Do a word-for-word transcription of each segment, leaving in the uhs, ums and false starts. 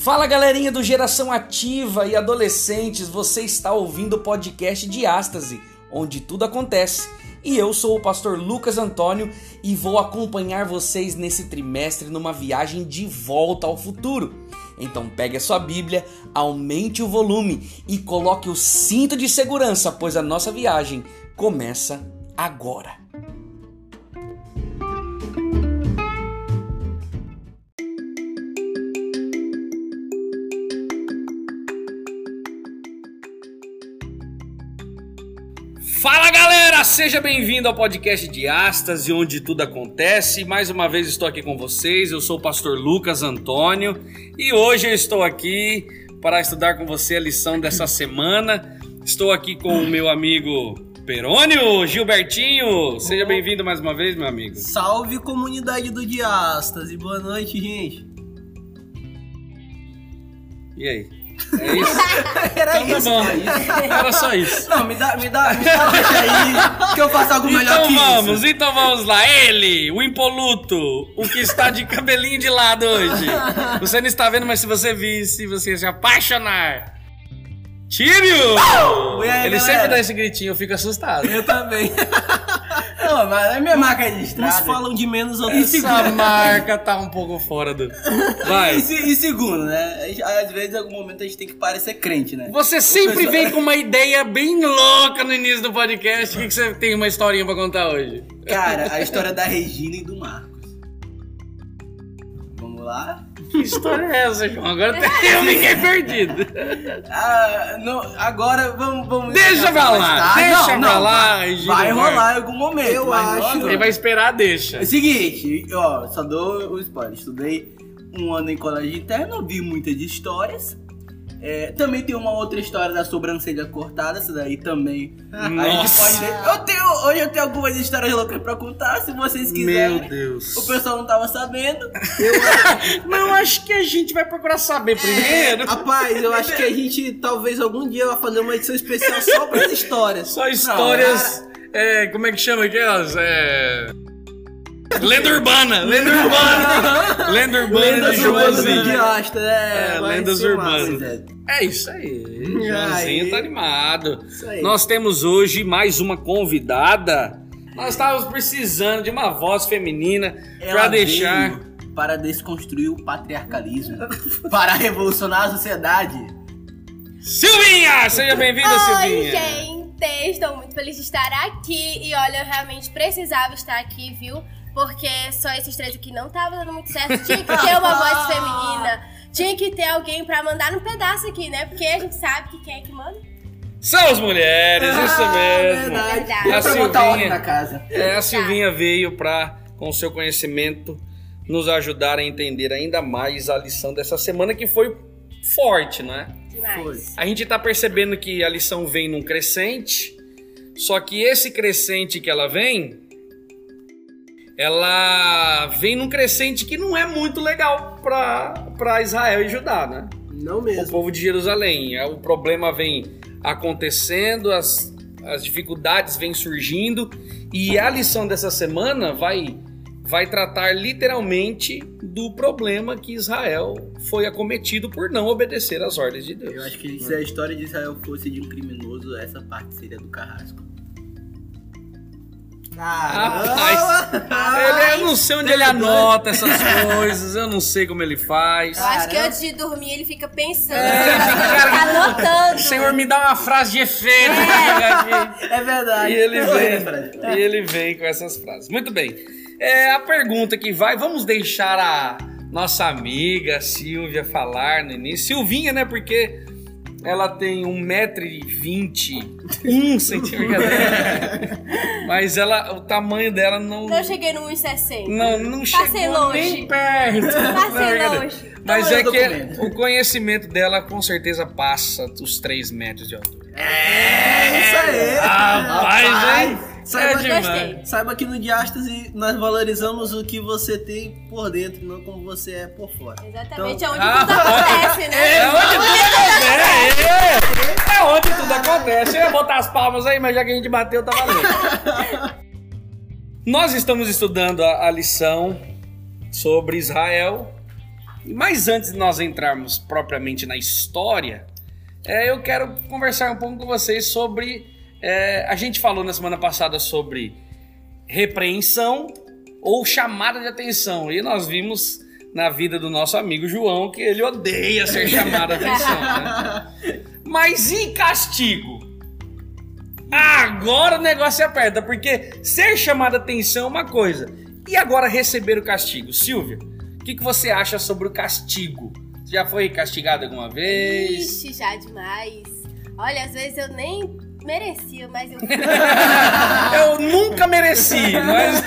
Fala galerinha do Geração Ativa e adolescentes, você está ouvindo o podcast Diástase, onde tudo acontece. E eu sou o pastor Lucas Antônio e vou acompanhar vocês nesse trimestre numa viagem de volta ao futuro. Então pegue a sua Bíblia, aumente o volume e coloque o cinto de segurança, pois a nossa viagem começa agora. Fala galera, seja bem-vindo ao podcast Diástase, onde tudo acontece. Mais uma vez estou aqui com vocês, eu sou o pastor Lucas Antônio e hoje eu estou aqui para estudar com você a lição dessa semana. Estou aqui com o meu amigo Perônio Gilbertinho, seja bem-vindo mais uma vez, meu amigo. Salve comunidade do Diástase, boa noite, gente. E aí? É isso? Era então, isso. Tá bom. Era só isso. Não, me dá, me dá, me dá deixa aí que eu faço algo melhor então que vamos, isso. Então vamos lá, ele, o impoluto, o que está de cabelinho de lado hoje. Você não está vendo, mas se você visse, você ia se apaixonar. Tírio! Aí, ele galera? sempre dá esse gritinho, eu fico assustado. Eu também. Não, mas é minha marca de estrada. Uns falam de menos, outros de Essa marca tá um pouco fora do... Vai. E, e segundo, né? Às vezes, em algum momento, a gente tem que parecer crente, né? Você sempre pessoal... vem com uma ideia bem louca no início do podcast. O que, que você tem uma historinha pra contar hoje? Cara, a história da Regina e do Marcos. Vamos lá? Que história é essa, João? Agora eu fiquei perdido. Ah, não, agora vamos... vamos deixa pra lá, deixa não, pra não, lá. Vai, vai rolar em algum momento. Eu acho. Ele vai esperar, deixa. É o seguinte, ó, só dou o spoiler. Estudei um ano em colégio interno, vi muitas histórias. É, também tem uma outra história da sobrancelha cortada, essa daí também. Nossa. A gente pode ver. Eu tenho, hoje eu tenho algumas histórias loucas pra contar, se vocês quiserem. Meu Deus. O pessoal não tava sabendo. Eu... Não, acho que a gente vai procurar saber primeiro. É, rapaz, eu acho que a gente talvez algum dia vai fazer uma edição especial só pras histórias. Só histórias. Não, é... É, como é que chama aquelas? É. Lenda urbana, lenda urbana, lenda urbana de Joãozinho. De Asta, é, é lendas urbanas. É. é isso aí, Joãozinho aí. Tá animado. Isso aí. Nós temos hoje mais uma convidada. Nós estávamos precisando de uma voz feminina para deixar... para desconstruir o patriarcalismo, para revolucionar a sociedade. Silvinha! Seja bem-vinda, Oi, Silvinha! Oi, gente! Estou muito feliz de estar aqui. E olha, eu realmente precisava estar aqui, viu? Porque só esses três aqui não tava dando muito certo. Tinha que ter uma voz feminina. Tinha que ter alguém pra mandar no pedaço aqui, né? Porque a gente sabe que quem é que manda. São as mulheres, ah, isso mesmo. É verdade. A pra botar ordem na casa. É, a Silvinha veio pra, com o seu conhecimento, nos ajudar a entender ainda mais a lição dessa semana, que foi forte, né? Demais. A gente tá percebendo que a lição vem num crescente, só que esse crescente que ela vem... ela vem num crescente que não é muito legal para Israel e Judá, né? Não mesmo. O povo de Jerusalém. O problema vem acontecendo, as, as dificuldades vêm surgindo, e a lição dessa semana vai, vai tratar literalmente do problema que Israel foi acometido por não obedecer às ordens de Deus. Eu acho que se a história de Israel fosse de um criminoso, essa parte seria do Carrasco. Rapaz, ele, eu não sei onde ele anota essas coisas, eu não sei como ele faz. Eu acho que antes de dormir ele fica pensando, É, ele fica anotando. Senhor, me dá uma frase de efeito. É, é verdade. E ele vem, e ele vem com essas frases. Muito bem. É, a pergunta que vai, vamos deixar a nossa amiga Silvia falar no início. Silvinha, né? Porque ela tem um metro e vinte, um centímetro. Mas ela, o tamanho dela não... Não cheguei no um e sessenta. Não, não Passei chegou longe. nem perto. Passei Não, longe. Mas Então, é eu que documento. o conhecimento dela com certeza passa dos três metros de altura. É isso aí. Rapaz, hein? Saiba, É demais. Gostei. saiba que no Diástase nós valorizamos o que você tem por dentro, não como você é por fora. Exatamente, Então- é onde Ah, tudo acontece, né? É onde tudo acontece. É, é onde tudo acontece. Eu ia botar as palmas aí, mas já que a gente bateu, tá valendo. Nós estamos estudando a, a lição sobre Israel Mas antes de nós entrarmos propriamente na história, é, eu quero conversar um pouco com vocês sobre... É, a gente falou na semana passada sobre repreensão ou chamada de atenção. E nós vimos na vida do nosso amigo João que ele odeia ser chamado de atenção. Né? Mas e castigo? Agora o negócio aperta, porque ser chamado de atenção é uma coisa. E agora receber o castigo? Silvia, o que, que você acha sobre o castigo? Você já foi castigado alguma vez? Ixi, já demais. Olha, às vezes eu nem merecia, mas eu... Eu nunca mereci, mas...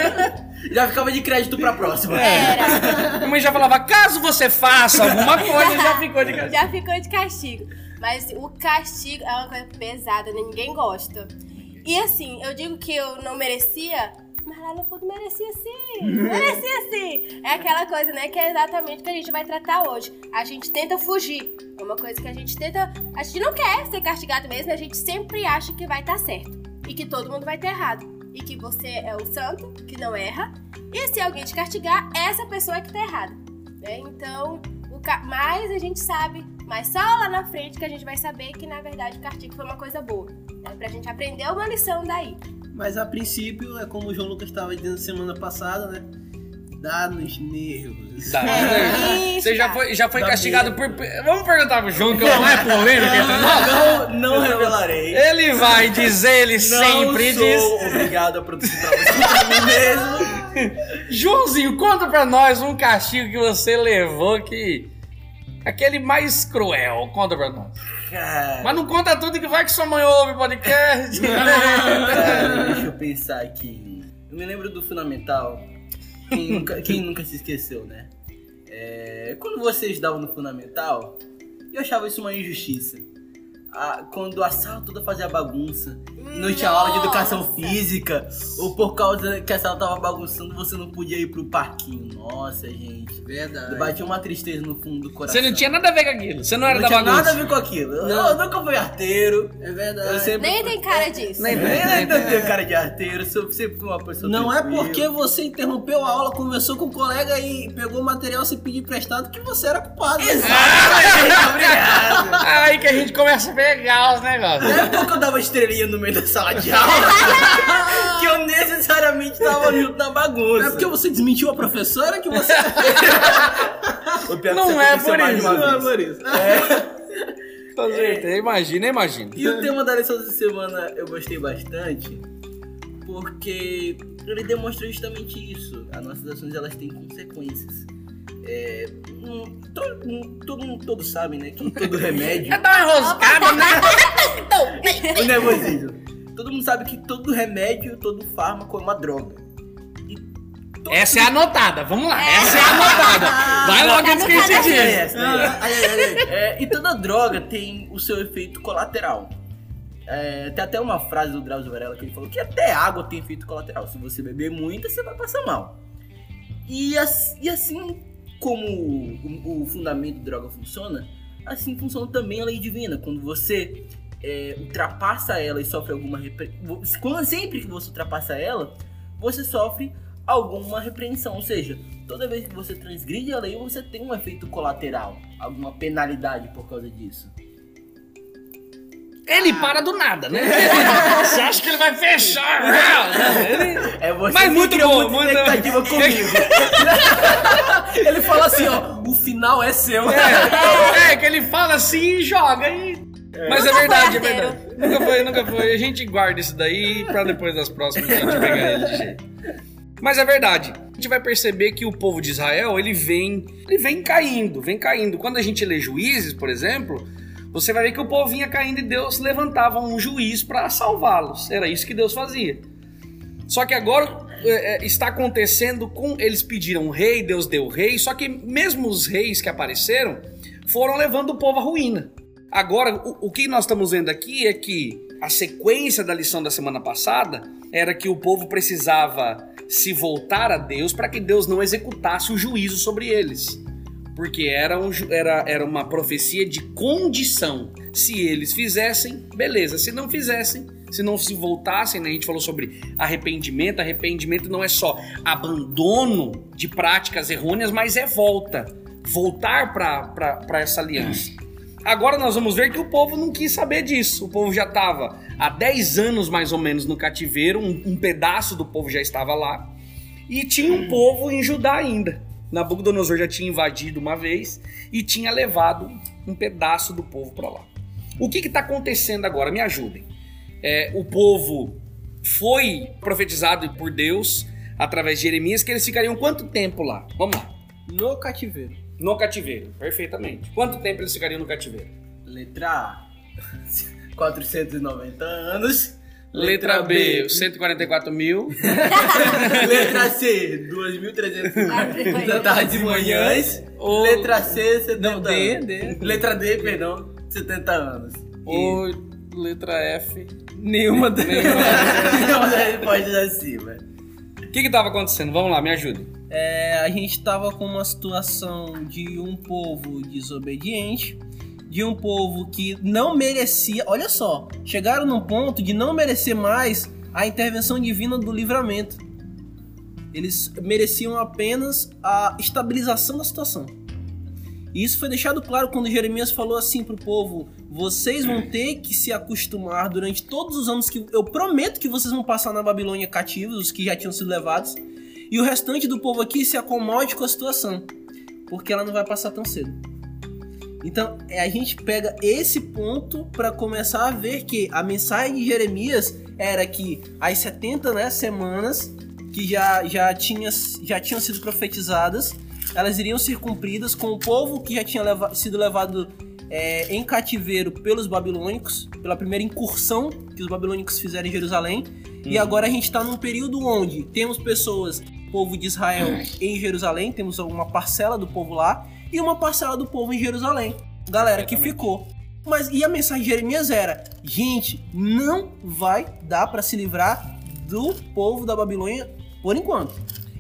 Já ficava de crédito pra próxima. Era. A mãe já falava, caso você faça alguma coisa, já ficou de castigo. Já ficou de castigo. Mas o castigo é uma coisa pesada, né? Ninguém gosta. E assim, eu digo que eu não merecia... Mas lá no fundo merecia sim, merecia sim. É aquela coisa, né, que é exatamente o que a gente vai tratar hoje. A gente tenta fugir. É uma coisa que a gente tenta... A gente não quer ser castigado mesmo, a gente sempre acha que vai estar certo. E que todo mundo vai estar errado. E que você é o santo, que não erra. E se alguém te castigar, essa pessoa é que tá errada. Né? Então, o ca... mas a gente sabe, mas só lá na frente que a gente vai saber que, na verdade, o castigo foi uma coisa boa. Né? Pra gente aprender uma lição daí. Mas a princípio, é como o João Lucas estava dizendo semana passada, né? Dá nos nervos. Dá, É, você já foi, já foi Dá castigado medo. por... Vamos perguntar pro João, que não é polêmica entre nós. Não, não revelarei. Ele vai dizer, ele sempre não diz... sou obrigado a produzir pra você pra mim mesmo. Joãozinho, conta pra nós um castigo que você levou que... Aquele mais cruel, conta pra nós. Cara, Mas não conta tudo que vai que sua mãe ouve o podcast. cara, deixa eu pensar aqui. Eu me lembro do Fundamental. Quem nunca, quem nunca se esqueceu, né? É, quando você estudava no Fundamental, eu achava isso uma injustiça. Ah, quando a sala toda fazia bagunça, não tinha aula de educação física, ou por causa que a sala tava bagunçando, você não podia ir pro parquinho. Nossa, gente. Verdade. Batia uma tristeza no fundo do coração. Você não tinha nada a ver com aquilo. Você não era Não da tinha bagunça. nada a ver com aquilo. Eu, Não. eu nunca fui arteiro. É verdade. Eu sempre... Nem tem cara disso. Nem- Nem, nem, não tenho cara de arteiro, sou sempre fui uma pessoa Não é tranquila. porque você interrompeu a aula, conversou com o colega e pegou o material sem pedir emprestado que você era culpado. Exatamente, obrigado. Aí que a gente começa a pegar os negócios. Não é porque eu dava estrelinha no meio da sala de aula que eu necessariamente tava junto na bagunça. Não é porque você desmentiu a professora que você... O pior que Não isso é aconteceu por mais de isso, uma Não é vez. por isso. Com certeza. Imagina, imagina. E o tema da lição dessa semana eu gostei bastante porque ele demonstra justamente isso. As nossas ações, elas têm consequências. É, hum, todo, hum, todo mundo, todos sabem, né, que todo remédio... É dar uma enroscada, né? O nervosismo. Todo mundo sabe que todo remédio, todo fármaco é uma droga. E todo Essa é a anotada. Vamos lá. Essa é a anotada. Vai logo antes que a gente É diga. essa, né? Ai, ai, ai, ai. É, e toda droga tem o seu efeito colateral. É, tem até uma frase do Drauzio Varela que ele falou que até água tem efeito colateral. Se você beber muita, você vai passar mal. E, as, e assim como o, o fundamento da droga funciona, assim funciona também a lei divina. Quando você é, ultrapassa ela e sofre alguma repreensão, sempre que você ultrapassa ela, você sofre alguma repreensão. Ou seja, toda vez que você transgride a lei, você tem um efeito colateral, alguma penalidade por causa disso. Ele para do nada, né? Você acha que ele vai fechar? Não, ele... É você Mas que muito criou bom, muita muito- expectativa comigo. Ele fala assim, ó, o final é seu. É, é, que ele fala assim e joga. E... Mas é Nunca verdade, é foi verdade. Nunca foi, nunca foi. A gente guarda isso daí pra depois das próximas a gente pegar ele de jeito. Mas é verdade. A gente vai perceber que o povo de Israel, ele vem, ele vem caindo, vem caindo. Quando a gente lê Juízes, por exemplo, você vai ver que o povo vinha caindo e Deus levantava um juiz para salvá-los. Era isso que Deus fazia. Só que agora é, está acontecendo com... Eles pediram um rei, Deus deu o rei, só que mesmo os reis que apareceram foram levando o povo à ruína. Agora, o, o que nós estamos vendo aqui é que a sequência da lição da semana passada era que o povo precisava se voltar a Deus para que Deus não executasse o juízo sobre eles. Porque era, um, era, era uma profecia de condição. Se eles fizessem, beleza. Se não fizessem, se não se voltassem, né? A gente falou sobre arrependimento. Arrependimento não é só abandono de práticas errôneas, mas é volta. voltar para essa aliança. Agora nós vamos ver que o povo não quis saber disso. O povo já estava há dez anos mais ou menos no cativeiro, um, um pedaço do povo já estava lá, e tinha um povo em Judá ainda. Nabucodonosor já tinha invadido uma vez e tinha levado um pedaço do povo para lá. O que está acontecendo agora? Me ajudem. É, o povo foi profetizado por Deus através de Jeremias que eles ficariam quanto tempo lá? Vamos lá. No cativeiro. No cativeiro, perfeitamente. Quanto tempo eles ficariam no cativeiro? Letra A, quatrocentos e noventa anos. Letra B, cento e quarenta e quatro mil. Letra C, dois mil e trezentos da tarde de manhãs. Ou... Letra C, setenta Não, D, anos. D. Letra D, perdão, setenta anos. Ou letra F. Nenhuma delas. Não, mas aí pode dizer assim, velho. O que estava acontecendo? Vamos lá, me ajude. É, a gente tava com uma situação de um povo desobediente, de um povo que não merecia, olha só, chegaram num ponto de não merecer mais a intervenção divina do livramento. Eles mereciam apenas a estabilização da situação. E isso foi deixado claro quando Jeremias falou assim pro povo: vocês vão ter que se acostumar durante todos os anos que eu prometo que vocês vão passar na Babilônia cativos, os que já tinham sido levados, e o restante do povo aqui se acomode com a situação, porque ela não vai passar tão cedo. Então a gente pega esse ponto para começar a ver que a mensagem de Jeremias era que as setenta, né, semanas que já, já, tinha, já tinham sido profetizadas, elas iriam ser cumpridas com o povo que já tinha leva, sido levado é, em cativeiro pelos babilônicos, pela primeira incursão que os babilônicos fizeram em Jerusalém. Uhum. E agora a gente está num período onde temos pessoas, povo de Israel em Jerusalém, temos uma parcela do povo lá e uma parcela do povo em Jerusalém, galera que ficou. Mas e a mensagem de Jeremias era: gente, não vai dar para se livrar do povo da Babilônia por enquanto.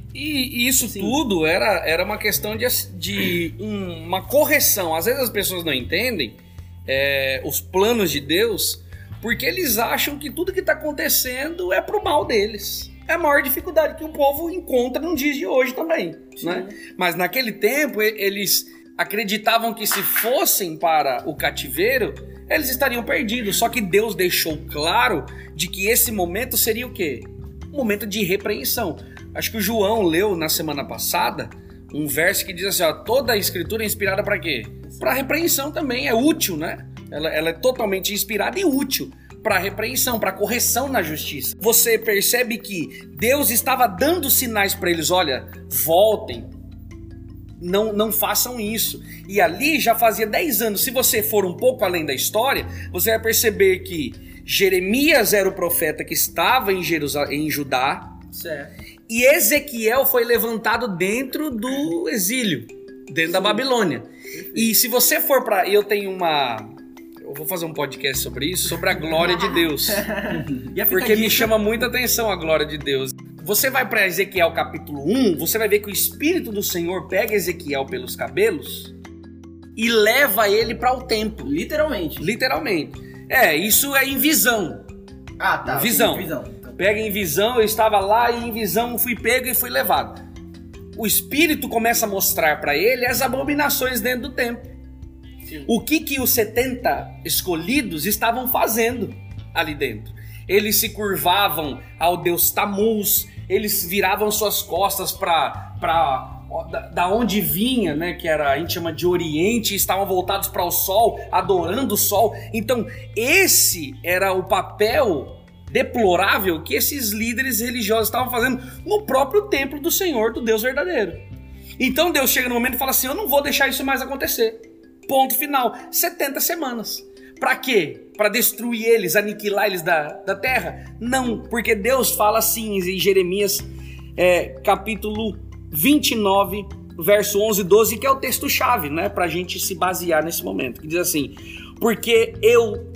E isso Sim. tudo era, era uma questão de, de um, uma correção. Às vezes as pessoas não entendem é, os planos de Deus, porque eles acham que tudo que está acontecendo é pro mal deles. É a maior dificuldade que o povo encontra nos dias de hoje também, né? Mas naquele tempo eles acreditavam que se fossem para o cativeiro, eles estariam perdidos. Só que Deus deixou claro de que esse momento seria o quê? Um momento de repreensão. Acho que o João leu na semana passada um verso que diz assim, ó, toda a escritura é inspirada para quê? Para repreensão também, é útil, né? Ela, ela é totalmente inspirada e útil para repreensão, para correção na justiça. Você percebe que Deus estava dando sinais para eles, olha, voltem, não, não façam isso. E ali já fazia dez anos. Se você for um pouco além da história, você vai perceber que Jeremias era o profeta que estava em, Jerusalém, em Judá, Certo. e Ezequiel foi levantado dentro do exílio, dentro Sim. da Babilônia. E se você for para... Eu tenho uma... Eu vou fazer um podcast sobre isso, sobre a glória de Deus. Porque me chama muita atenção a glória de Deus. Você vai para Ezequiel capítulo um, você vai ver que o Espírito do Senhor pega Ezequiel pelos cabelos e leva ele para o templo. Literalmente. Literalmente. É, isso é em visão. Ah, tá. Visão. Sim, visão. Pega em visão, eu estava lá e em visão fui pego e fui levado. O Espírito começa a mostrar para ele as abominações dentro do templo. Sim. O que que os setenta escolhidos estavam fazendo ali dentro. Eles se curvavam ao deus Tamuz, eles viravam suas costas para para da, da onde vinha, né, que era, a gente chama de Oriente, estavam voltados para o sol, adorando o sol. Então, esse era o papel deplorável que esses líderes religiosos estavam fazendo no próprio templo do Senhor, do Deus verdadeiro. Então Deus chega no momento e fala assim, eu não vou deixar isso mais acontecer. Ponto final. setenta semanas. Para quê? Para destruir eles, aniquilar eles da, da terra? Não, porque Deus fala assim em Jeremias é, capítulo vinte e nove, verso onze e doze, que é o texto-chave, né, para a gente se basear nesse momento, que diz assim, porque eu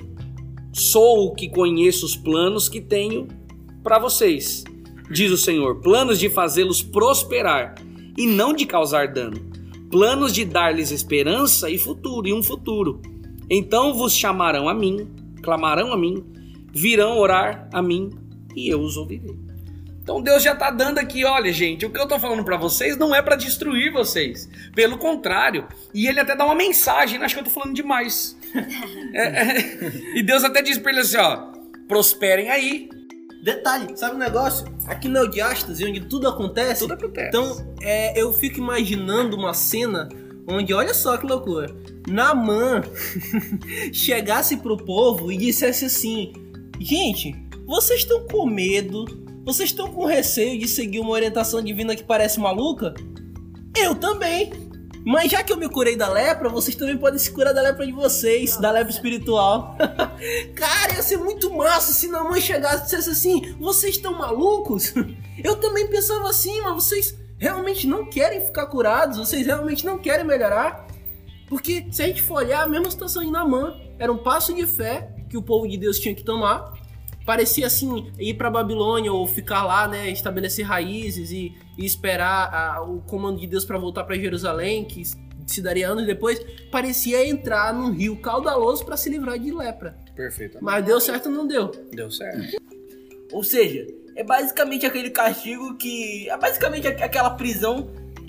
sou o que conheço os planos que tenho para vocês, diz o Senhor, planos de fazê-los prosperar e não de causar dano, planos de dar-lhes esperança e futuro, e um futuro. Então vos chamarão a mim, clamarão a mim, virão orar a mim e eu os ouvirei. Então Deus já está dando aqui, olha gente, o que eu estou falando para vocês não é para destruir vocês, pelo contrário. E ele até dá uma mensagem, acho que eu estou falando demais. é, é, e Deus até diz para ele assim, ó, prosperem aí. Detalhe, sabe o negócio? Aqui na Diástase, onde tudo acontece, tudo acontece. Então é, eu fico imaginando uma cena onde, olha só que loucura, Naamã chegasse pro povo e dissesse assim, gente, vocês estão com medo, vocês estão com receio de seguir uma orientação divina que parece maluca? Eu também. Mas já que eu me curei da lepra, vocês também podem se curar da lepra de vocês, da lepra espiritual. Cara, ia ser muito massa se Naamã chegasse e dissesse assim, vocês estão malucos? Eu também pensava assim, mas vocês realmente não querem ficar curados? Vocês realmente não querem melhorar? Porque se a gente for olhar, a mesma situação de Naamã, era um passo de fé que o povo de Deus tinha que tomar. Parecia assim, ir para Babilônia ou ficar lá, né, estabelecer raízes e, e esperar a, o comando de Deus para voltar para Jerusalém, que se daria anos depois. Parecia entrar num rio caudaloso para se livrar de lepra. Perfeito. Mas deu certo ou não deu? Deu certo. Ou seja, é basicamente aquele castigo que... É basicamente aquela prisão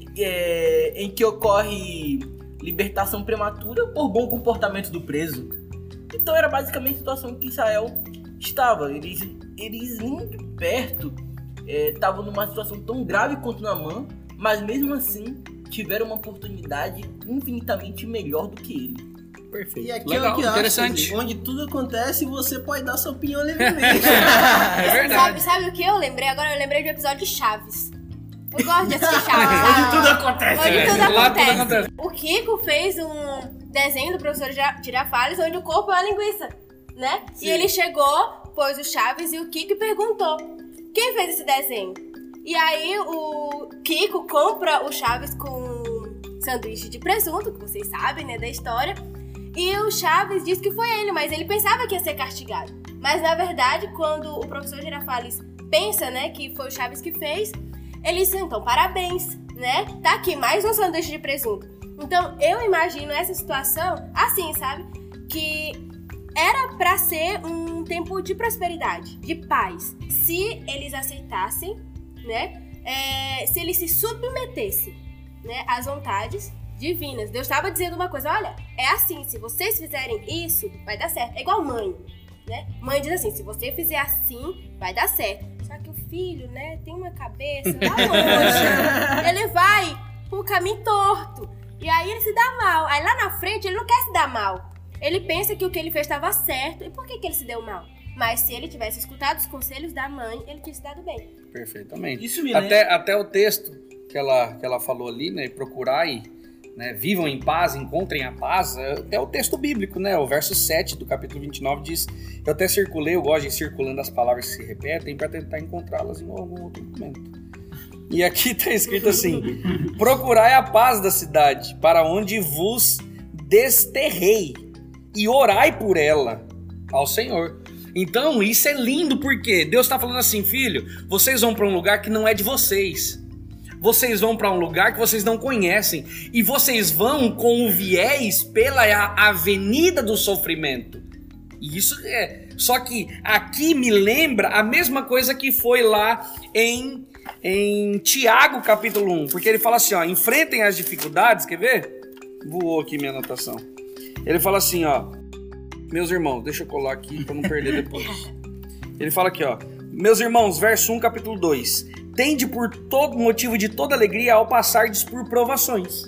é, em que ocorre libertação prematura por bom comportamento do preso. Então era basicamente a situação que Israel estava. Eles, eles nem perto estavam é, numa situação tão grave quanto Naamã, mas mesmo assim tiveram uma oportunidade infinitamente melhor do que ele. Perfeito. E aqui legal, é o que interessante. Acho, onde tudo acontece, você pode dar sua opinião livremente. É verdade. Sabe, sabe o que eu lembrei? Agora eu lembrei do episódio de Chaves. Eu gosto de assistir Chaves. Onde tudo acontece. Onde É, tudo lá acontece. tudo acontece. O Kiko fez um desenho do professor Girafales onde o corpo é uma linguiça, né? Sim. E ele chegou, pôs o Chaves e o Kiko e perguntou: quem fez esse desenho? E aí o Kiko compra o Chaves com sanduíche de presunto, que vocês sabem, né, da história. E o Chaves diz que foi ele, mas ele pensava que ia ser castigado. Mas na verdade, quando o professor Girafales pensa, né, que foi o Chaves que fez, ele diz, então, parabéns, né? Tá aqui, mais um sanduíche de presunto. Então, eu imagino essa situação assim, sabe? Que era pra ser um tempo de prosperidade, de paz. Se eles aceitassem, né? É, se eles se submetessem, né, às vontades divinas. Deus estava dizendo uma coisa, olha, é assim, se vocês fizerem isso, vai dar certo. É igual mãe, né? Mãe diz assim, se você fizer assim, vai dar certo. Só que o filho, né, tem uma cabeça lá longe. Ele vai pro caminho torto. E aí ele se dá mal. Aí lá na frente ele não quer se dar mal. Ele pensa que o que ele fez estava certo. E por que que ele se deu mal? Mas se ele tivesse escutado os conselhos da mãe, ele tinha se dado bem. Perfeitamente. Isso me até, lembra... até o texto que ela, que ela falou ali, né? Procurai, né, vivam em paz, encontrem a paz. Até o texto bíblico, né? O verso sete do capítulo vinte e nove diz... Eu até circulei, eu gosto de ir circulando as palavras que se repetem para tentar encontrá-las em algum outro momento. E aqui está escrito assim: procurai a paz da cidade, para onde vos desterrei, e orai por ela ao Senhor. Então isso é lindo, porque Deus está falando assim, filho, vocês vão para um lugar que não é de vocês. Vocês vão para um lugar que vocês não conhecem. E vocês vão com o viés pela avenida do sofrimento. E isso é... Só que aqui me lembra a mesma coisa que foi lá em, em Tiago capítulo um. Porque ele fala assim, ó, enfrentem as dificuldades, quer ver? Voou aqui minha anotação. Ele fala assim, ó, meus irmãos, deixa eu colar aqui para não perder depois. Ele fala aqui, ó, meus irmãos, verso um, capítulo dois. Tende por todo motivo de toda alegria ao passardes por provações.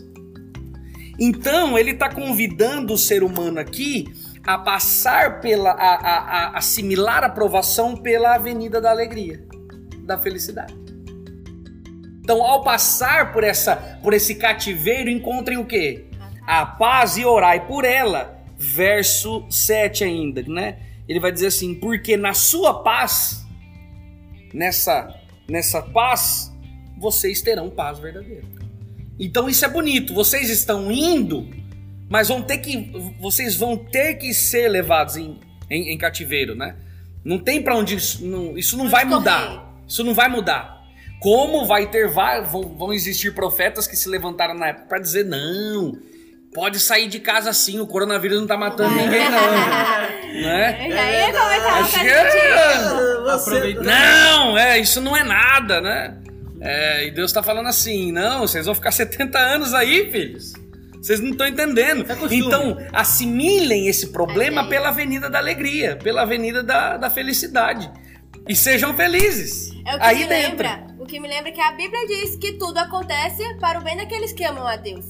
Então, ele está convidando o ser humano aqui a passar pela, a, a, a assimilar a provação pela avenida da alegria, da felicidade. Então, ao passar por, essa, por esse cativeiro, encontrem o quê? A paz e orai por ela. Verso sete ainda, né? Ele vai dizer assim, porque na sua paz, nessa, nessa paz, vocês terão paz verdadeira. Então isso é bonito, vocês estão indo, mas vão ter que, vocês vão ter que ser levados em, em, em cativeiro, né? Não tem pra onde, isso não, isso não vai mudar, isso não vai mudar. Como vai ter, vai, vão, vão existir profetas que se levantaram na época para dizer, não, pode sair de casa sim, o coronavírus não tá matando ninguém não. Né? Eu já ia comentar Acho uma que coisa é... Aproveitando. Não, é, isso não é nada, né? É, e Deus tá falando assim, não, vocês vão ficar setenta anos aí, filhos. Vocês não estão entendendo. Então, assimilem esse problema Amém. pela avenida da alegria, pela avenida da, da felicidade. E sejam felizes. É o que aí me dentro. lembra. O que me lembra é que a Bíblia diz que tudo acontece para o bem daqueles que amam a Deus.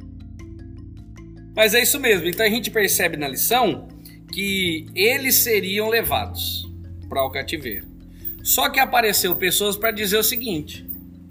Mas é isso mesmo. Então a gente percebe na lição que eles seriam levados para o cativeiro. Só que apareceu pessoas para dizer o seguinte: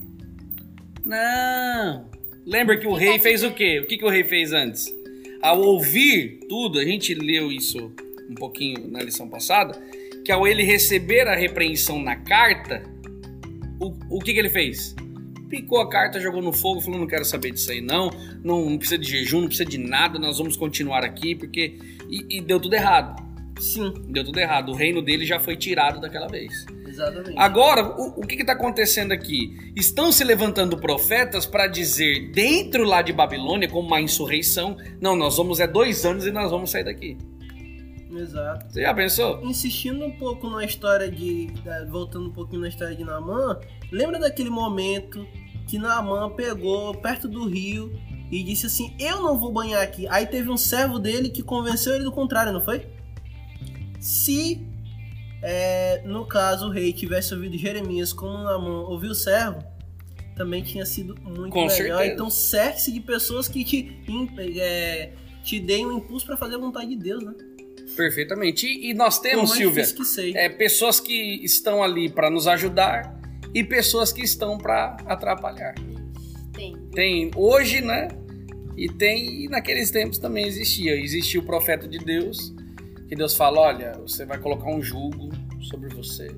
não. Lembra que o Que rei cativeiro? fez o quê? O que, que o rei fez antes? Ao ouvir tudo, a gente leu isso um pouquinho na lição passada, que ao ele receber a repreensão na carta, o, o que, que ele fez? Picou a carta, jogou no fogo, falou: não quero saber disso aí não, não, não precisa de jejum, não precisa de nada, nós vamos continuar aqui, porque... E, e deu tudo errado, Sim, deu tudo errado, o reino dele já foi tirado daquela vez. exatamente. Agora, o, o que está acontecendo aqui? Estão se levantando profetas para dizer, dentro lá de Babilônia, como uma insurreição, não, nós vamos, é dois anos e nós vamos sair daqui. Exato. Você já pensou? Insistindo um pouco na história de... da- voltando um pouquinho na história de Naamã, lembra daquele momento que Naamã pegou perto do rio e disse assim: eu não vou banhar aqui. Aí teve um servo dele que convenceu ele do contrário, não foi? Se, é, no caso, o rei tivesse ouvido Jeremias como Naamã ouviu o servo, também tinha sido muito Com melhor. certeza. Então cerque-se de pessoas que te, im- é, te deem um impulso para fazer a vontade de Deus, né? Perfeitamente. E, e nós Por temos, mais Silvia, difícil que seja. é, pessoas que estão ali para nos ajudar e pessoas que estão para atrapalhar. Tem. Tem hoje, né? E tem, e naqueles tempos também existia. Existia o profeta de Deus, que Deus fala: olha, você vai colocar um jugo sobre você.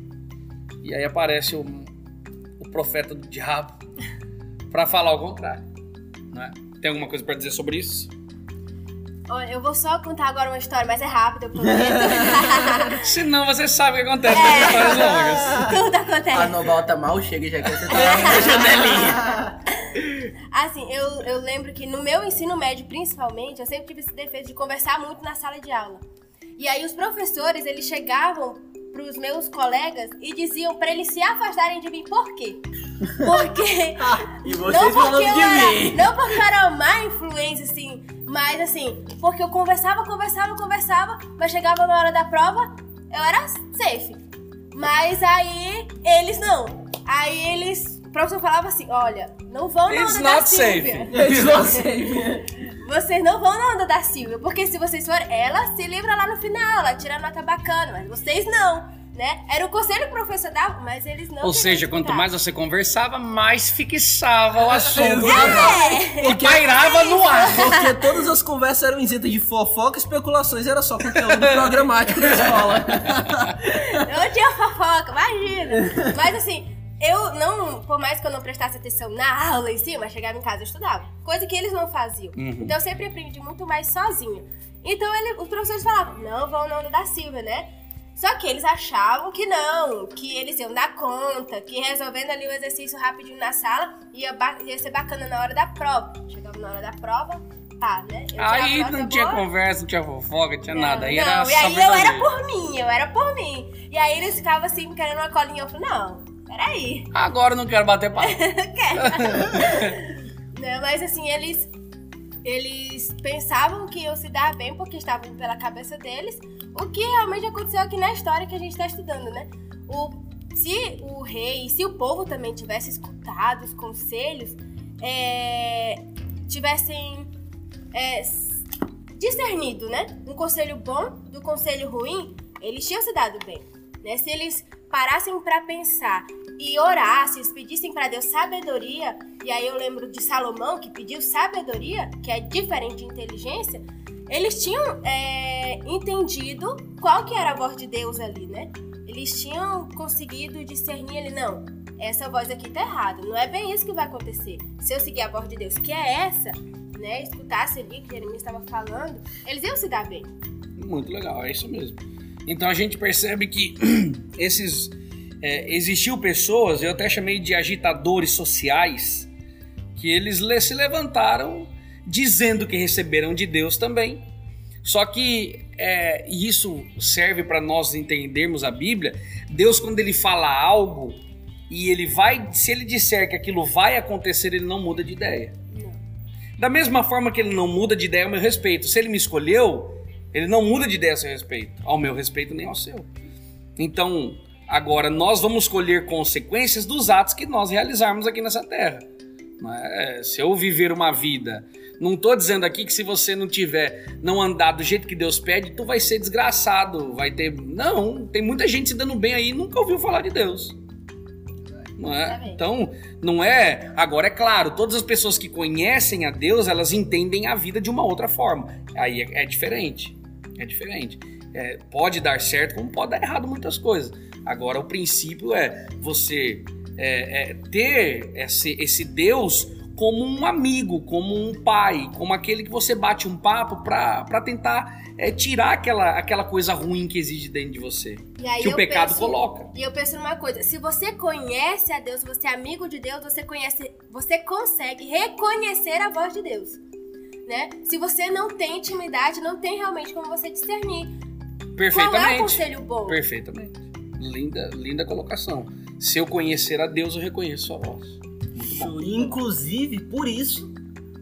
E aí aparece o, o profeta do diabo para falar o contrário, né? Tem alguma coisa para dizer sobre isso? Olha, eu vou só contar agora uma história, mas é rápido, eu prometo. Se não, você sabe o que acontece com as histórias longas. Tudo acontece. A novalta mal chega e já quer sentar na janelinha. Assim, eu, eu lembro que no meu ensino médio, principalmente, eu sempre tive esse defeito de conversar muito na sala de aula. E aí os professores, eles chegavam pros meus colegas e diziam pra eles se afastarem de mim. Por quê? Porque... E não vocês falando porque, eu de era, mim. não porque eu era má influência, assim, mas assim, porque eu conversava, conversava, conversava, mas chegava na hora da prova, eu era safe. Mas aí, eles não. Aí eles... O professor falava assim: olha, não vão na It's onda da not Silvia. Eles não sei. Vocês não vão na onda da Silvia, porque se vocês forem, ela se livra lá no final, ela tira nota bacana, mas vocês não, né? Era o conselho que o professor dava, mas eles não. Ou queriam seja, quanto escutar. mais você conversava, mais fixava o assunto. É! E pairava no ar. Porque todas as conversas eram isentas de fofoca e especulações, era só conteúdo programático da escola. Eu tinha fofoca, imagina. Mas assim, eu não, por mais que eu não prestasse atenção na aula em si, mas chegava em casa e estudava. Coisa que eles não faziam. Uhum. Então eu sempre aprendi muito mais sozinha. Então ele, os professores falavam: não vão na onda da Silvia, né? Só que eles achavam que não, que eles iam dar conta, que resolvendo ali o exercício rapidinho na sala ia, ba- ia ser bacana na hora da prova. Chegava na hora da prova, pá, né? Eu tinha Aí a nota não tinha boa. conversa, não tinha fofoca, não tinha Não, nada. Aí não, era e aí eu sabedoria. era por mim, eu era por mim. E aí eles ficavam assim, querendo uma colinha. Eu falei: não, peraí. Agora eu não quero bater papo. Não, mas assim, eles, eles pensavam que iam se dar bem porque estavam indo pela cabeça deles. O que realmente aconteceu aqui na história que a gente está estudando, né? O, se o rei, se o povo também tivesse escutado os conselhos, é, tivessem é, s- discernido, né? Um conselho bom do conselho ruim, eles tinham se dado bem, né? Se eles parassem para pensar e orassem, pedissem para Deus sabedoria, e aí eu lembro de Salomão, que pediu sabedoria, que é diferente de inteligência, eles tinham é, entendido qual que era a voz de Deus ali, né? Eles tinham conseguido discernir ali: não, essa voz aqui tá errada, não é bem isso que vai acontecer. Se eu seguir a voz de Deus, que é essa, né, escutasse ali o que Jeremias estava falando, eles iam se dar bem. Muito legal, é isso mesmo. Então a gente percebe que esses é, existiu pessoas, eu até chamei de agitadores sociais, que eles le- se levantaram dizendo que receberam de Deus também. Só que é, isso serve para nós entendermos a Bíblia. Deus, quando ele fala algo e ele vai, se ele disser que aquilo vai acontecer, ele não muda de ideia. Não. Da mesma forma que ele não muda de ideia ao meu respeito. Se ele me escolheu, ele não muda de ideia ao seu respeito, ao meu respeito nem ao seu. Então, agora nós vamos colher consequências dos atos que nós realizarmos aqui nessa terra. É, se eu viver uma vida, não estou dizendo aqui que se você não tiver, não andar do jeito que Deus pede, tu vai ser desgraçado, vai ter... Não, tem muita gente se dando bem aí e nunca ouviu falar de Deus. Não é? Então, não é... Agora, é claro, todas as pessoas que conhecem a Deus, elas entendem a vida de uma outra forma. Aí é, é diferente, é diferente. É, pode dar certo, como pode dar errado muitas coisas. Agora, o princípio é você... É, é, ter esse, esse Deus como um amigo, como um pai, como aquele que você bate um papo para tentar é, tirar aquela, aquela coisa ruim que existe dentro de você, E aí que o eu pecado penso- coloca. E eu penso numa coisa, se você conhece a Deus, você é amigo de Deus, você conhece, você consegue reconhecer a voz de Deus, né? Se você não tem intimidade, não tem realmente como você discernir. Qual é o Perfeitamente. conselho bom? Perfeitamente. Linda, linda colocação. Se eu conhecer a Deus, eu reconheço sua voz. Muito bom. Inclusive, por isso,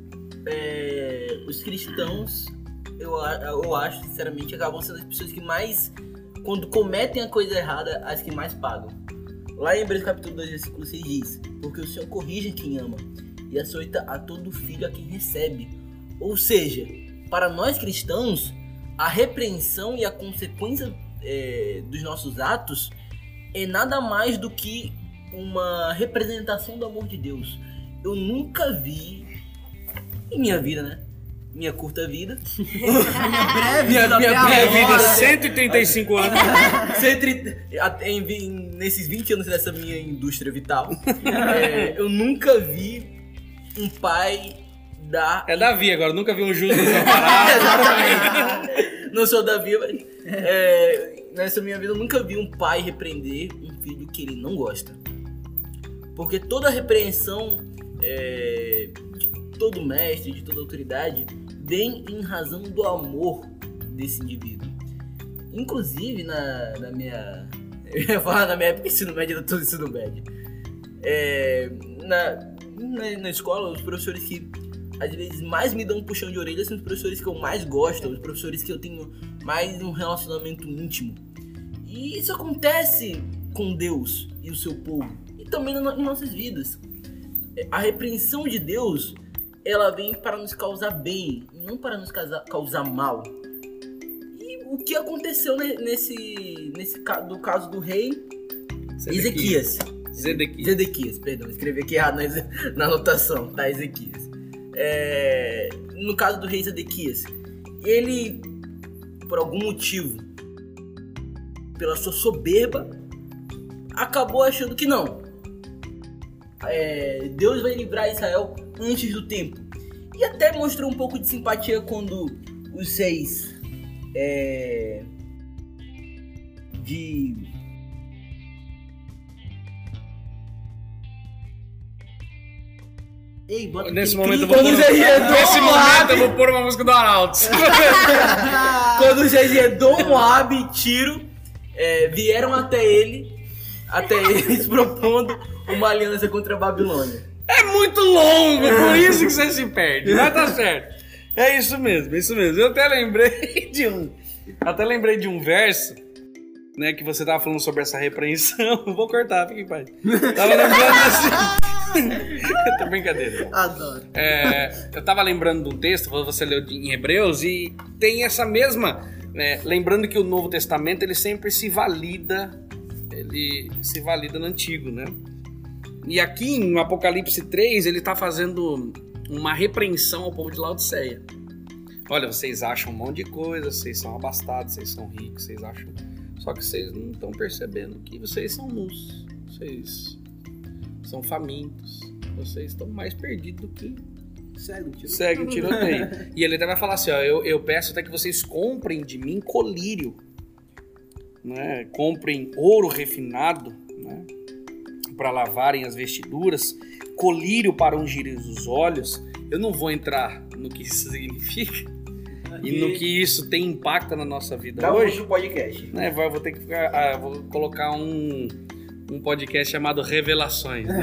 é, os cristãos, eu, a- eu acho, sinceramente, acabam sendo as pessoas que mais, quando cometem a coisa errada, as que mais pagam. Lá em Hebreus capítulo dois, versículo seis diz: porque o Senhor corrige quem ama e açoita a todo filho a quem recebe. Ou seja, para nós cristãos, a repreensão e a consequência é, dos nossos atos é nada mais do que uma representação do amor de Deus. Eu nunca vi, em minha vida, né? Minha curta vida. Minha breve Minha- vida minha até breve agora. vida, cento e trinta e cinco anos. cento e trinta até em, em- nesses vinte anos dessa minha indústria vital, é, eu nunca vi um pai dar... É Davi agora, nunca vi um justo nessa parada. Exatamente. Não sou Davi, mas é, nessa minha vida eu nunca vi um pai repreender um filho que ele não gosta. Porque toda repreensão é, de todo mestre, de toda autoridade, vem em razão do amor desse indivíduo. Inclusive, na, na minha... Eu ia falar na minha época ensino médio, era todo ensino médio. É, na, na, na escola, os professores que às vezes mais me dão um puxão de orelha são os professores que eu mais gosto, os professores que eu tenho mais um relacionamento íntimo. E isso acontece com Deus e o seu povo, e também na- em nossas vidas. A repreensão de Deus, ela vem para nos causar bem, não para nos causar, causar mal. E o que aconteceu ne- nesse, nesse ca- do caso do rei Ezequias. Zedequias. Zedequias, perdão, escrevi aqui errado na, na anotação, tá? Ezequias. É, no caso do rei Zedequias, ele, por algum motivo, pela sua soberba, acabou achando que não. É, Deus vai livrar Israel antes do tempo. E até mostrou um pouco de simpatia quando os seis é, de... Ei, bota Nesse aquele momento, eu clipe. vou Quando pôr, o Gegedon nesse momento Moab- eu vou pôr uma música do Arauto. Quando os Gegedon, Moab e Tiro é, vieram até ele, até eles propondo uma aliança contra a Babilônia. É muito longo, por isso que você se perde. Mas tá certo. É isso mesmo, é isso mesmo. Eu até lembrei de um. Até lembrei de um verso, né? Que você tava falando sobre essa repreensão. Vou cortar, fique em paz. Tava lembrando assim. Tô brincadeira. Adoro. É, eu tava lembrando de um texto, você leu em Hebreus, e tem essa mesma, né, lembrando que o Novo Testamento ele sempre se valida, ele se valida no Antigo, né? E aqui em Apocalipse três ele tá fazendo uma repreensão ao povo de Laodiceia. Olha, vocês acham um monte de coisa, vocês são abastados, vocês são ricos, vocês acham... Só que vocês não estão percebendo que vocês são nus, vocês são famintos, vocês estão mais perdidos do que Sério, tio. segue o tiroteio. E ele até vai falar assim, ó, eu, eu peço até que vocês comprem de mim colírio, né? Comprem ouro refinado, né? Para lavarem as vestiduras, colírio para ungir os olhos Eu não vou entrar no que isso significa e no que isso tem impacto na nossa vida Dá hoje. hoje o podcast. Né, vou, vou ter que ficar, ah, vou colocar um, um podcast chamado Revelações, né?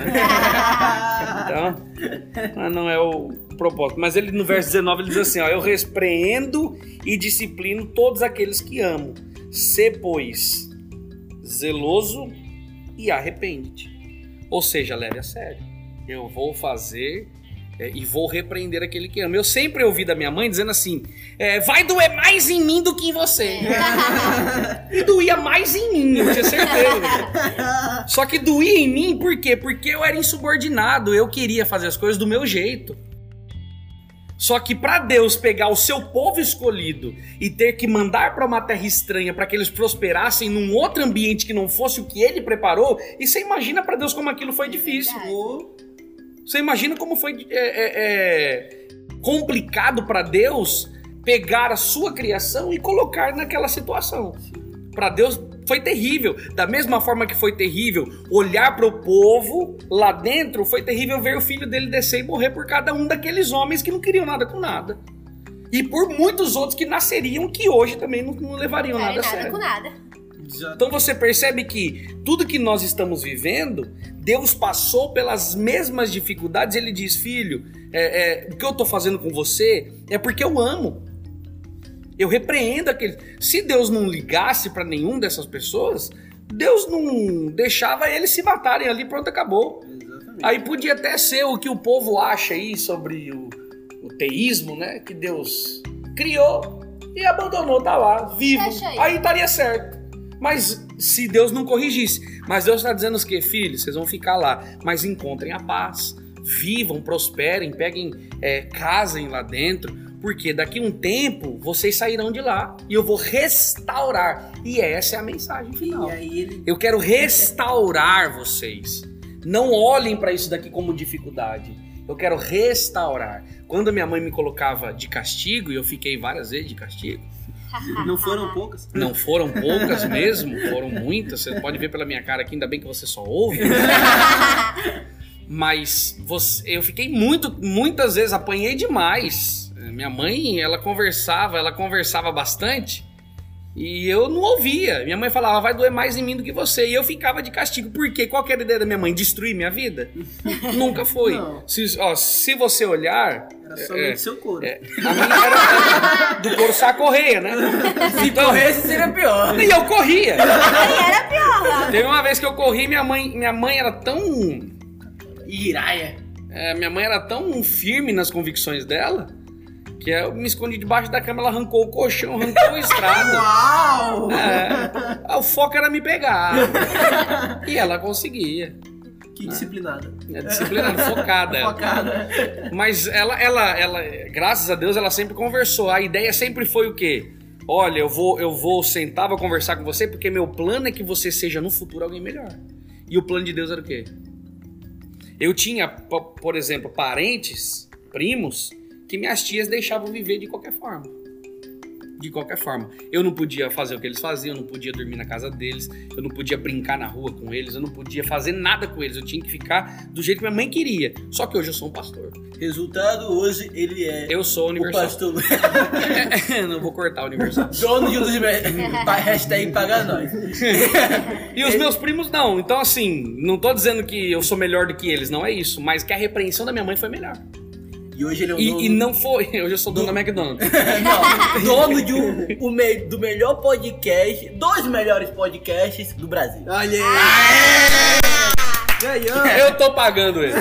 Então, não é o propósito. Mas ele no verso dezenove ele diz assim, ó, eu repreendo e disciplino todos aqueles que amo. Sê, pois, zeloso e arrepende-te. Ou seja, leve a sério. Eu vou fazer é, e vou repreender aquele que ama. Eu sempre ouvi da minha mãe dizendo assim, é, vai doer mais em mim do que em você. E doía mais em mim, eu tinha certeza. Só que doía em mim por quê? Porque eu era insubordinado, eu queria fazer as coisas do meu jeito. Só que para Deus pegar o seu povo escolhido e ter que mandar para uma terra estranha para que eles prosperassem num outro ambiente que não fosse o que ele preparou, e você imagina para Deus como aquilo foi difícil. Você imagina como foi é, é, é, complicado para Deus pegar a sua criação e colocar naquela situação. Para Deus foi terrível. Da mesma forma que foi terrível olhar para o povo lá dentro, foi terrível ver o filho dele descer e morrer por cada um daqueles homens que não queriam nada com nada. E por muitos outros que nasceriam que hoje também não, não levariam nada a nada sério. com nada. Então você percebe que tudo que nós estamos vivendo, Deus passou pelas mesmas dificuldades. Ele diz, filho, é, é, o que eu estou fazendo com você é porque eu amo. Eu repreendo aquele. Se Deus não ligasse para nenhum dessas pessoas, Deus não deixava eles se matarem ali, pronto, acabou. Exatamente. Aí podia até ser o que o povo acha aí sobre o, o teísmo, né? Que Deus criou e abandonou, tá lá, vivo. Aí. aí estaria certo. Mas se Deus não corrigisse. Mas Deus está dizendo o quê? Filhos, vocês vão ficar lá, mas encontrem a paz. Vivam, prosperem, peguem, é, casem lá dentro. Porque daqui a um tempo vocês sairão de lá e eu vou restaurar. E essa é a mensagem final. E aí ele... Eu quero restaurar vocês. Não olhem para isso daqui como dificuldade. Eu quero restaurar. Quando minha mãe me colocava de castigo, e eu fiquei várias vezes de castigo. Não foram poucas? Não foram poucas mesmo, foram muitas. Você pode ver pela minha cara aqui, ainda bem que você só ouve. Mas você, eu fiquei muito, muitas vezes, apanhei demais. Minha mãe, ela conversava, ela conversava bastante e eu não ouvia. Minha mãe falava, vai doer mais em mim do que você. E eu ficava de castigo. Por quê? Qual que era a ideia da minha mãe? Destruir minha vida? Nunca foi. Se, ó, se você olhar... Era somente é, seu couro. É, a minha era, era do couro sa correia, né? Se então, corresse, seria pior. E eu corria. Aí era pior. Teve uma vez que eu corri, minha mãe, minha mãe era tão... Iraia. É, minha mãe era tão firme nas convicções dela... que eu me escondi debaixo da cama, ela arrancou o colchão, arrancou o estrado. Uau! É, o foco era me pegar. E ela conseguia. Que disciplinada. É disciplinada, focada. Focada. Mas ela, ela, ela, graças a Deus, ela sempre conversou. A ideia sempre foi o quê? Olha, eu vou, eu vou sentar, vou conversar com você, porque meu plano é que você seja no futuro alguém melhor. E o plano de Deus era o quê? Eu tinha, por exemplo, parentes, primos, que minhas tias deixavam viver de qualquer forma. De qualquer forma. Eu não podia fazer o que eles faziam, eu não podia dormir na casa deles, eu não podia brincar na rua com eles, eu não podia fazer nada com eles, eu tinha que ficar do jeito que minha mãe queria. Só que hoje eu sou um pastor. Resultado, hoje ele é... Eu sou universal. O pastor. Não vou cortar o universal. Dono de um dos... Hashtag paga nós. E os meus primos não. Então assim, não tô dizendo que eu sou melhor do que eles, não é isso. Mas que a repreensão da minha mãe foi melhor. E hoje ele é o e, dono... e não foi, hoje eu sou dono do... da McDonald's. Não, dono de um, o me, do melhor podcast, dos melhores podcasts do Brasil. Olha aí! Ganhou! Eu tô pagando ele.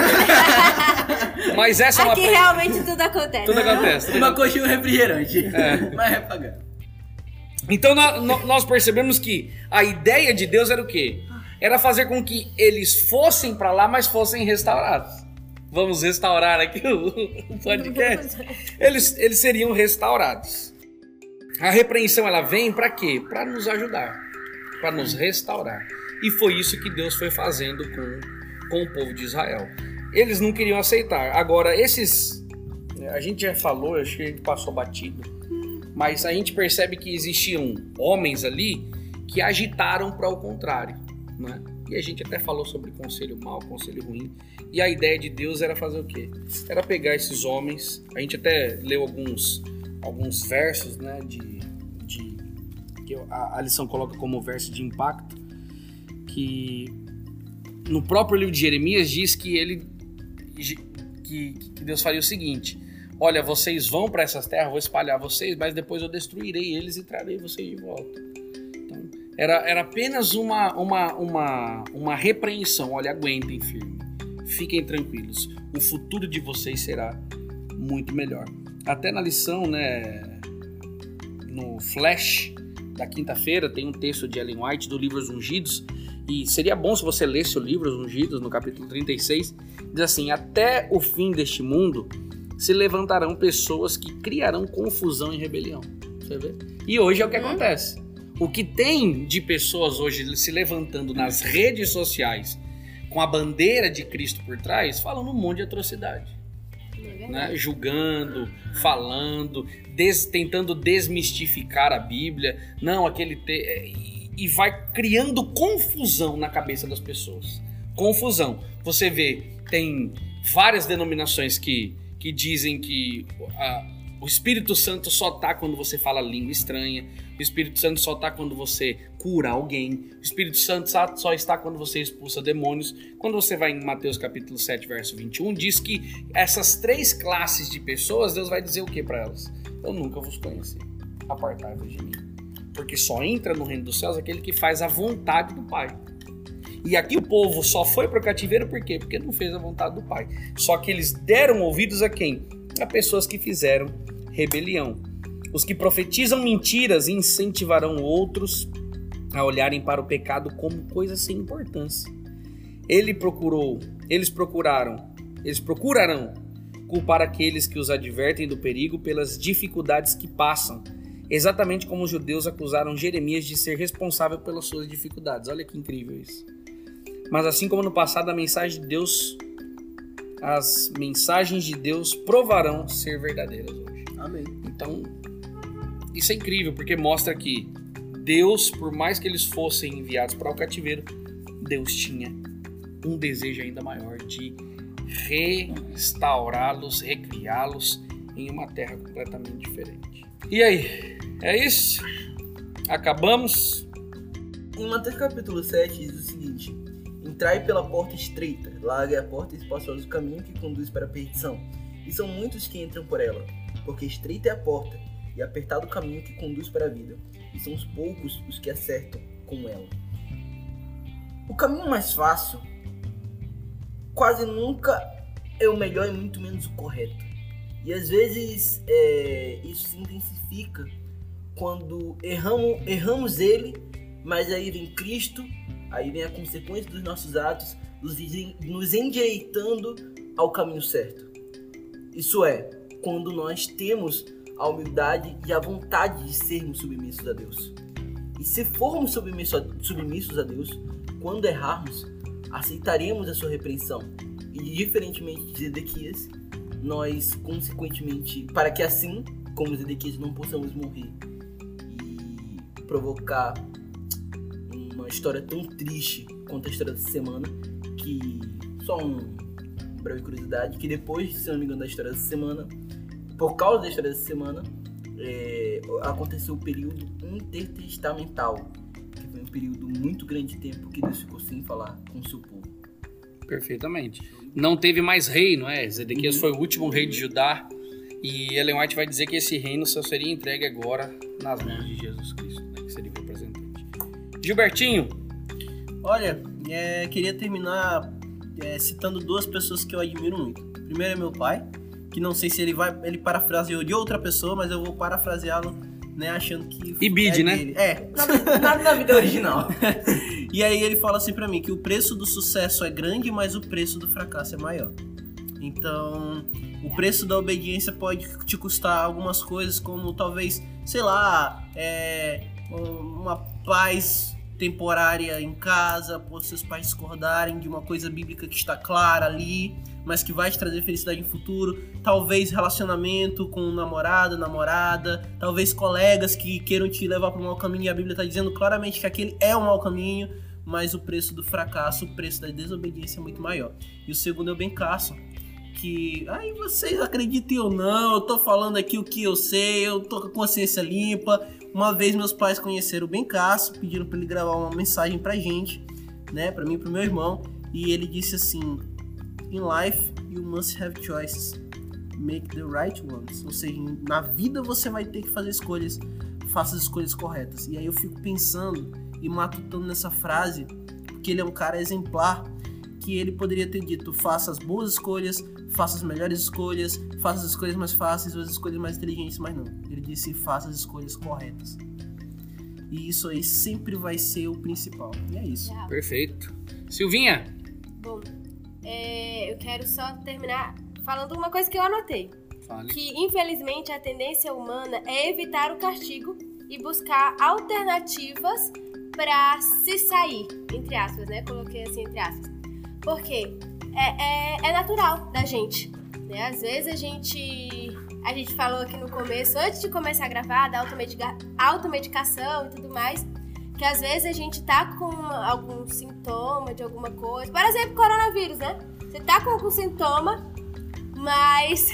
Mas essa Aqui é uma... realmente tudo acontece. Tudo acontece. Tudo uma acontece. coxinha e um refrigerante. É. Mas é pagar. Então nós, nós percebemos que a ideia de Deus era o quê? Era fazer com que eles fossem pra lá, mas fossem restaurados. Vamos restaurar aqui o, o podcast. Eles, eles seriam restaurados. A repreensão ela vem para quê? Para nos ajudar, para nos restaurar. E foi isso que Deus foi fazendo com, com o povo de Israel. Eles não queriam aceitar. Agora, esses... A gente já falou, acho que a gente passou batido. Mas a gente percebe que existiam homens ali que agitaram para o contrário, né? E a gente até falou sobre conselho mau, conselho ruim. E a ideia de Deus era fazer o quê? Era pegar esses homens. A gente até leu alguns, alguns versos, né? De, de, que a, a lição coloca como verso de impacto. Que no próprio livro de Jeremias diz que ele que, que Deus faria o seguinte: olha, vocês vão para essas terras, vou espalhar vocês, mas depois eu destruirei eles e trarei vocês de volta. Era, era apenas uma, uma, uma, uma repreensão. Olha, aguentem firme. Fiquem tranquilos. O futuro de vocês será muito melhor. Até na lição, né, no Flash da quinta-feira, tem um texto de Ellen White do livro Os Ungidos. E seria bom se você lesse o livro Os Ungidos, no capítulo trinta e seis. Diz assim: até o fim deste mundo se levantarão pessoas que criarão confusão e rebelião. Você vê? E hoje é o que hum. acontece. O que tem de pessoas hoje se levantando nas redes sociais com a bandeira de Cristo por trás, falando um monte de atrocidade. É né? Julgando, falando, des, tentando desmistificar a Bíblia. Não, aquele te... e, e vai criando confusão na cabeça das pessoas. Confusão. Você vê, tem várias denominações que, que dizem que a, o Espírito Santo só tá quando você fala língua estranha. O Espírito Santo só está quando você cura alguém. O Espírito Santo só está quando você expulsa demônios. Quando você vai em Mateus capítulo sete, verso vinte e um, diz que essas três classes de pessoas, Deus vai dizer o que para elas? Eu nunca vos conheci. Apartai-vos de mim. Porque só entra no reino dos céus aquele que faz a vontade do Pai. E aqui o povo só foi para o cativeiro por quê? Porque não fez a vontade do Pai. Só que eles deram ouvidos a quem? A pessoas que fizeram rebelião. Os que profetizam mentiras incentivarão outros a olharem para o pecado como coisa sem importância. Ele procurou, eles procuraram, eles procurarão culpar aqueles que os advertem do perigo pelas dificuldades que passam, exatamente como os judeus acusaram Jeremias de ser responsável pelas suas dificuldades. Olha que incrível isso. Mas assim como no passado, a mensagem de Deus, as mensagens de Deus provarão ser verdadeiras hoje. Amém. Então, isso é incrível, porque mostra que Deus, por mais que eles fossem enviados para o cativeiro, Deus tinha um desejo ainda maior de restaurá-los, recriá-los em uma terra completamente diferente. E aí? É isso? Acabamos? Em Mateus capítulo sete diz o seguinte: entrai pela porta estreita, larga é a porta e espaçoso o caminho que conduz para a perdição, e são muitos que entram por ela, porque estreita é a porta e apertado o caminho que conduz para a vida, e são os poucos os que acertam com ela. O caminho mais fácil quase nunca é o melhor e muito menos o correto. E às vezes é, isso se intensifica quando erramos, erramos ele, mas aí vem Cristo, aí vem a consequência dos nossos atos, nos, nos endireitando ao caminho certo. Isso é, quando nós temos a humildade e a vontade de sermos submissos a Deus. E se formos submissos a, submissos a Deus, quando errarmos, aceitaremos a sua repreensão. E diferentemente de Zedequias, nós, consequentemente, para que assim, como Zedequias, não possamos morrer e provocar uma história tão triste quanto a história dessa semana, que só um breve curiosidade, que depois, se não me engano, da história dessa semana, por causa da história dessa semana, é, aconteceu o período intertestamental, que foi um período muito grande de tempo que Deus ficou sem falar com o seu povo. Perfeitamente. Não teve mais rei, não é? Zedequias uhum. foi o último rei de Judá, e Ellen White vai dizer que esse reino só seria entregue agora nas mãos de Jesus Cristo, né, que seria o representante. Gilbertinho! Olha, é, queria terminar é, citando duas pessoas que eu admiro muito. Primeiro é meu pai, que não sei se ele vai, ele parafraseou de outra pessoa, mas eu vou parafraseá-lo, né, achando que Ibid, é né? dele. É. Na, na, na vida original. E aí ele fala assim pra mim, que o preço do sucesso é grande, mas o preço do fracasso é maior. Então, o preço da obediência pode te custar algumas coisas, como talvez, sei lá, é, uma paz temporária em casa, por seus pais discordarem de uma coisa bíblica que está clara ali, mas que vai te trazer felicidade no futuro. Talvez relacionamento com um namorado, namorada, talvez colegas que queiram te levar para um mau caminho, e a Bíblia está dizendo claramente que aquele é um mau caminho, mas o preço do fracasso, o preço da desobediência é muito maior. E o segundo é o bencaço, que, ai, vocês acreditem ou não, eu tô falando aqui o que eu sei, eu tô com a consciência limpa. Uma vez meus pais conheceram o Bencaço, pediram pra ele gravar uma mensagem pra gente, né, pra mim e pro meu irmão, e ele disse assim: in life you must have choices, make the right ones. Ou seja, na vida você vai ter que fazer escolhas, faça as escolhas corretas. E aí eu fico pensando e matutando nessa frase, porque ele é um cara exemplar, que ele poderia ter dito: faça as boas escolhas, faça as melhores escolhas, faça as escolhas mais fáceis, as escolhas mais inteligentes, mas não. Ele disse: faça as escolhas corretas. E isso aí sempre vai ser o principal. E é isso. Legal. Perfeito. Silvinha? Bom, é, eu quero só terminar falando uma coisa que eu anotei. Fale. Que, infelizmente, a tendência humana é evitar o castigo e buscar alternativas para se sair, entre aspas, né? Coloquei assim, entre aspas. Por quê? É, é, é natural da gente, né? Às vezes a gente... A gente falou aqui no começo, antes de começar a gravar, da automedica, automedicação e tudo mais, que às vezes a gente tá com uma, algum sintoma de alguma coisa. Por exemplo, coronavírus, né? Você tá com algum sintoma, mas,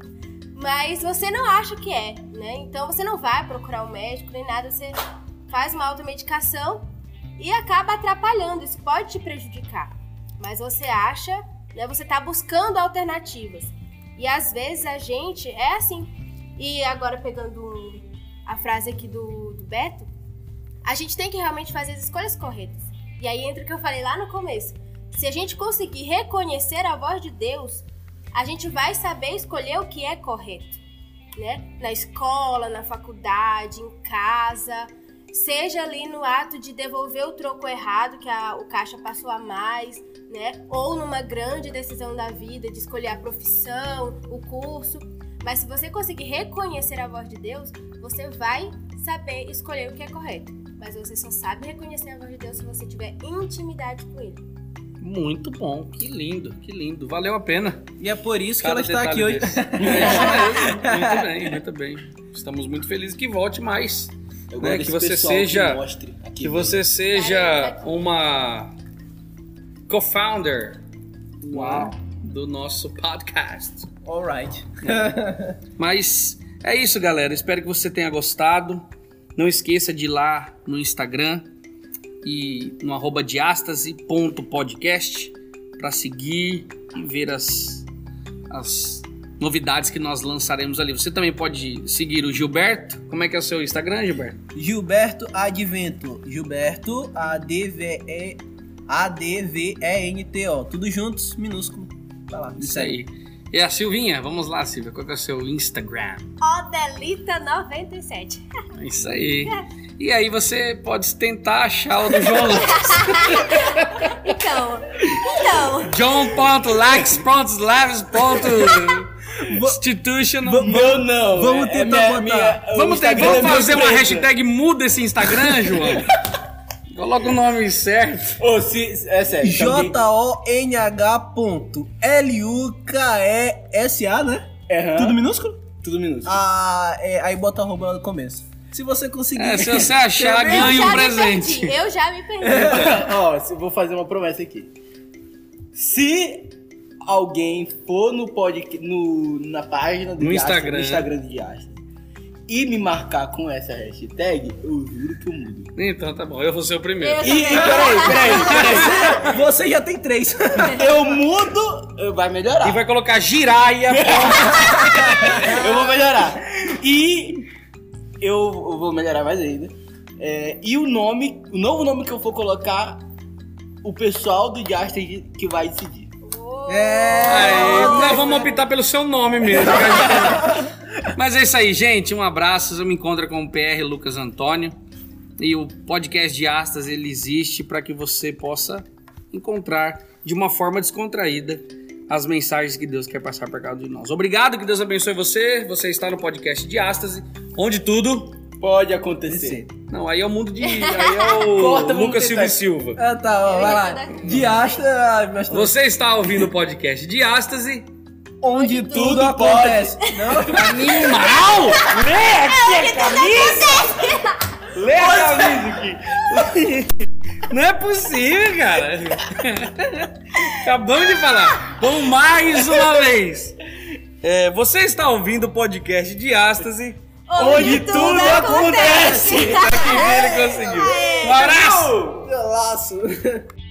mas você não acha que é, né? Então você não vai procurar um médico nem nada, você faz uma automedicação e acaba atrapalhando. Isso pode te prejudicar, mas você acha, né? Você tá buscando alternativas. E às vezes a gente é assim. E agora pegando a frase aqui do, do Beto, a gente tem que realmente fazer as escolhas corretas. E aí entra o que eu falei lá no começo. Se a gente conseguir reconhecer a voz de Deus, a gente vai saber escolher o que é correto, né? Na escola, na faculdade, em casa, seja ali no ato de devolver o troco errado que a, o caixa passou a mais, né? Ou numa grande decisão da vida de escolher a profissão, o curso. Mas se você conseguir reconhecer a voz de Deus, você vai saber escolher o que é correto. Mas você só sabe reconhecer a voz de Deus se você tiver intimidade com Ele. Muito bom, que lindo, que lindo, valeu a pena. E é por isso que Cada ela está aqui detalhe hoje. desse. É, muito bem, muito bem. Estamos muito felizes que volte mais. Eu Né, gosto que desse você pessoal seja, que mostre aqui que mesmo. você seja uma co-founder Uau. do nosso podcast. Alright. Mas é isso, galera. Espero que você tenha gostado. Não esqueça de ir lá no Instagram e no arroba diastase ponto podcast para seguir e ver as, as novidades que nós lançaremos ali. Você também pode seguir o Gilberto. Como é que é o seu Instagram, Gilberto? Gilberto Advento. Gilberto A D V E A D V E N T O. Tudo juntos, minúsculo. Vai lá. Isso aí. E a Silvinha? Vamos lá, Silvia. Qual que é o seu Instagram? Odelita noventa e sete. Isso aí. E aí você pode tentar achar o do João Lucas. Então, então... John.lax.laves.institutional. Meu não. Vamos é- tentar é botar. minha- o Vamos, ter, Instagram vamos é minha fazer uma empresa. hashtag muda esse Instagram, João. Coloca o nome certo. Ô, se, é sério. se alguém- J O N H ponto L U K E S A, né? Aham. Tudo minúsculo? Tudo minuto. Ah, é, aí bota arroba lá no começo. Se você conseguir... É, se você achar, Também. ganha eu um já me presente. perdi, eu já me perdi. Ó, se- vou fazer uma promessa aqui. Se alguém for no podcast, no, na página do No Diastas, Instagram. no Instagram do Diastas, e me marcar com essa hashtag, eu juro que eu mudo. Então tá bom, eu vou ser o primeiro. Eu- E, e peraí, peraí, peraí. Você já tem três. Eu mudo, vai melhorar. E vai colocar giraia. Eu vou melhorar. E eu, eu vou melhorar mais ainda. É, e o nome, o novo nome que eu for colocar, o pessoal do Diastas que vai decidir. É. Aí, nós vamos optar pelo seu nome mesmo. Mas é isso aí, gente. Um abraço. Eu me encontro com o P R Lucas Antônio. E o podcast Diastas, ele existe para que você possa encontrar de uma forma descontraída as mensagens que Deus quer passar para cada um de nós. Obrigado, que Deus abençoe você. Você está no podcast Diastas, onde tudo... Pode acontecer. Não, aí é o mundo de... Aí é o Corta, vamos Lucas Silva tentar. e Silva. Ah, tá, ó, vai lá. Diasta, Você está ouvindo o podcast Diástase. onde tudo tudo pode. acontece. Não? Animal! Lê aqui a camisa! Lê a camisa aqui! Não é possível, cara. Acabamos de falar. Vamos mais uma vez. É, você está ouvindo o podcast Diástase, Onde tudo acontece. Tá que ele conseguiu. Um abraço. Golaço.